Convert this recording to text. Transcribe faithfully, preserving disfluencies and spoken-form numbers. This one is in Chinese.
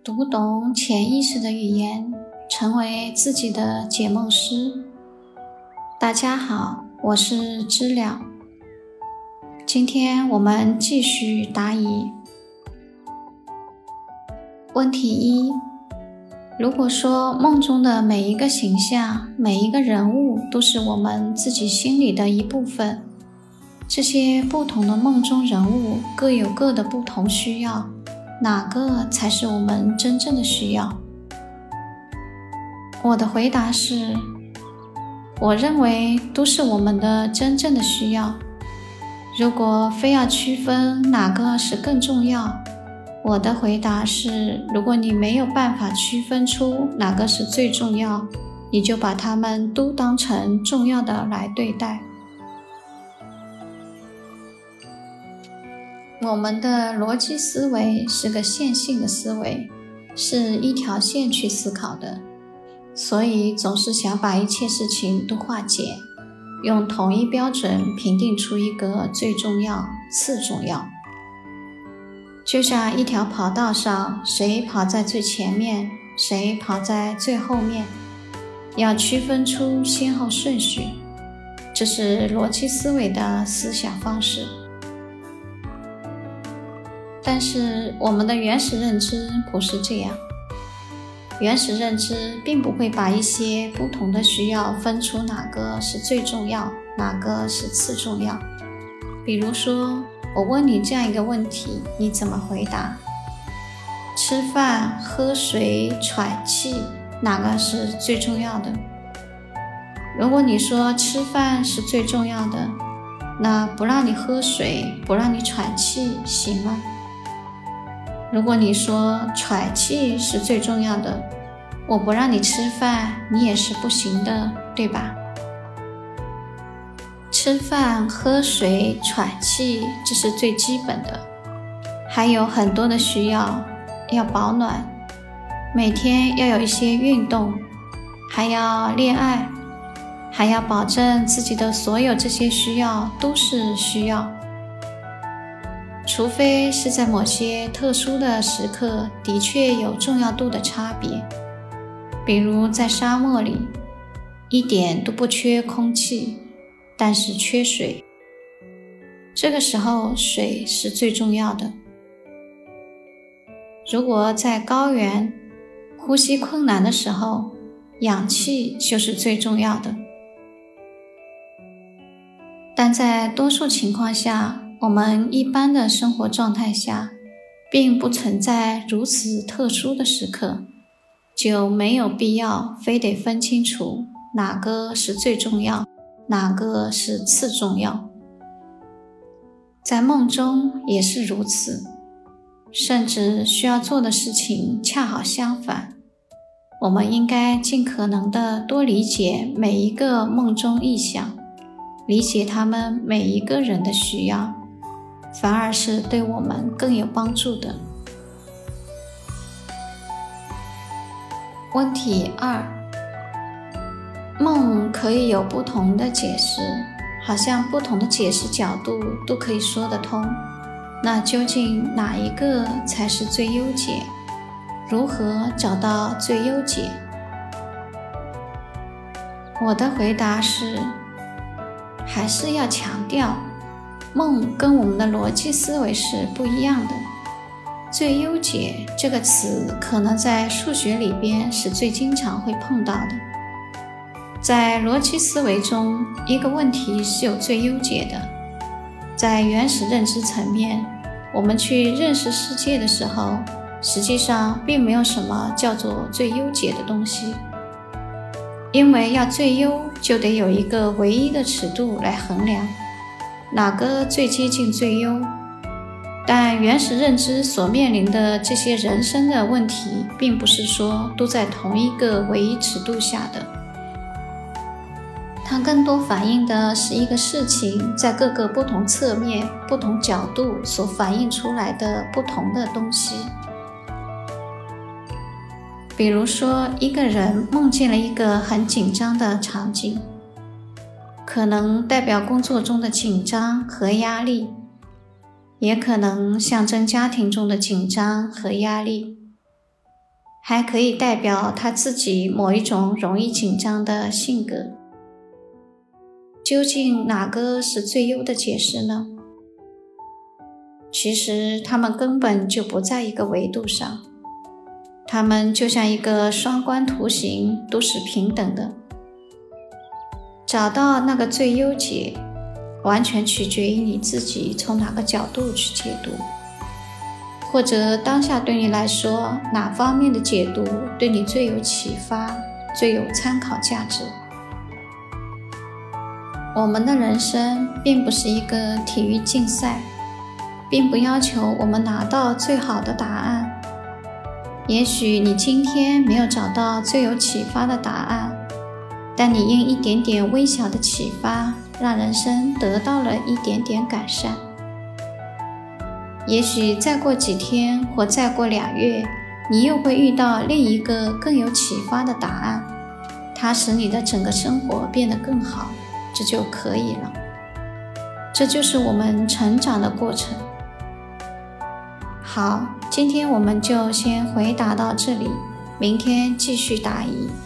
读懂潜意识的语言，成为自己的解梦师。大家好，我是知了。今天我们继续答疑。问题一：如果说梦中的每一个形象、每一个人物都是我们自己心里的一部分，这些不同的梦中人物各有各的不同需要，哪个才是我们真正的需要？我的回答是，我认为都是我们的真正的需要。如果非要区分哪个是更重要，我的回答是，如果你没有办法区分出哪个是最重要，你就把它们都当成重要的来对待。我们的逻辑思维是个线性的思维，是一条线去思考的，所以总是想把一切事情都化解，用同一标准评定出一个最重要、次重要。就像一条跑道上，谁跑在最前面，谁跑在最后面，要区分出先后顺序，这是逻辑思维的思想方式。但是我们的原始认知不是这样，原始认知并不会把一些不同的需要分出哪个是最重要，哪个是次重要。比如说，我问你这样一个问题，你怎么回答？吃饭、喝水、喘气，哪个是最重要的？如果你说吃饭是最重要的，那不让你喝水，不让你喘气，行吗？如果你说喘气是最重要的，我不让你吃饭，你也是不行的，对吧？吃饭、喝水、喘气，这是最基本的，还有很多的需要，要保暖，每天要有一些运动，还要恋爱，还要保证自己的所有这些需要都是需要。除非是在某些特殊的时刻的确有重要度的差别，比如在沙漠里，一点都不缺空气，但是缺水，这个时候水是最重要的。如果在高原，呼吸困难的时候，氧气就是最重要的。但在多数情况下，我们一般的生活状态下，并不存在如此特殊的时刻，就没有必要非得分清楚哪个是最重要，哪个是次重要。在梦中也是如此，甚至需要做的事情恰好相反。我们应该尽可能的多理解每一个梦中意象，理解他们每一个人的需要，反而是对我们更有帮助的。问题二：梦可以有不同的解释，好像不同的解释角度都可以说得通，那究竟哪一个才是最优解？如何找到最优解？我的回答是，还是要强调，梦跟我们的逻辑思维是不一样的。最优解这个词可能在数学里边是最经常会碰到的。在逻辑思维中，一个问题是有最优解的。在原始认知层面，我们去认识世界的时候，实际上并没有什么叫做最优解的东西。因为要最优，就得有一个唯一的尺度来衡量，哪个最接近最优。但原始认知所面临的这些人生的问题，并不是说都在同一个唯一尺度下的，它更多反映的是一个事情在各个不同侧面、不同角度所反映出来的不同的东西。比如说，一个人梦见了一个很紧张的场景，可能代表工作中的紧张和压力，也可能象征家庭中的紧张和压力。 还可以代表他自己某一种容易紧张的性格。究竟哪个是最优的解释呢？其实他们根本就不在一个维度上，他们就像一个双关图形，都是平等的。找到那个最优解，完全取决于你自己从哪个角度去解读，或者当下对你来说，哪方面的解读对你最有启发，最有参考价值。我们的人生并不是一个体育竞赛，并不要求我们拿到最好的答案。也许你今天没有找到最有启发的答案，但你因一点点微小的启发，让人生得到了一点点改善。也许再过几天或再过俩月，你又会遇到另一个更有启发的答案，它使你的整个生活变得更好，这就可以了。这就是我们成长的过程。好，今天我们就先回答到这里，明天继续答疑。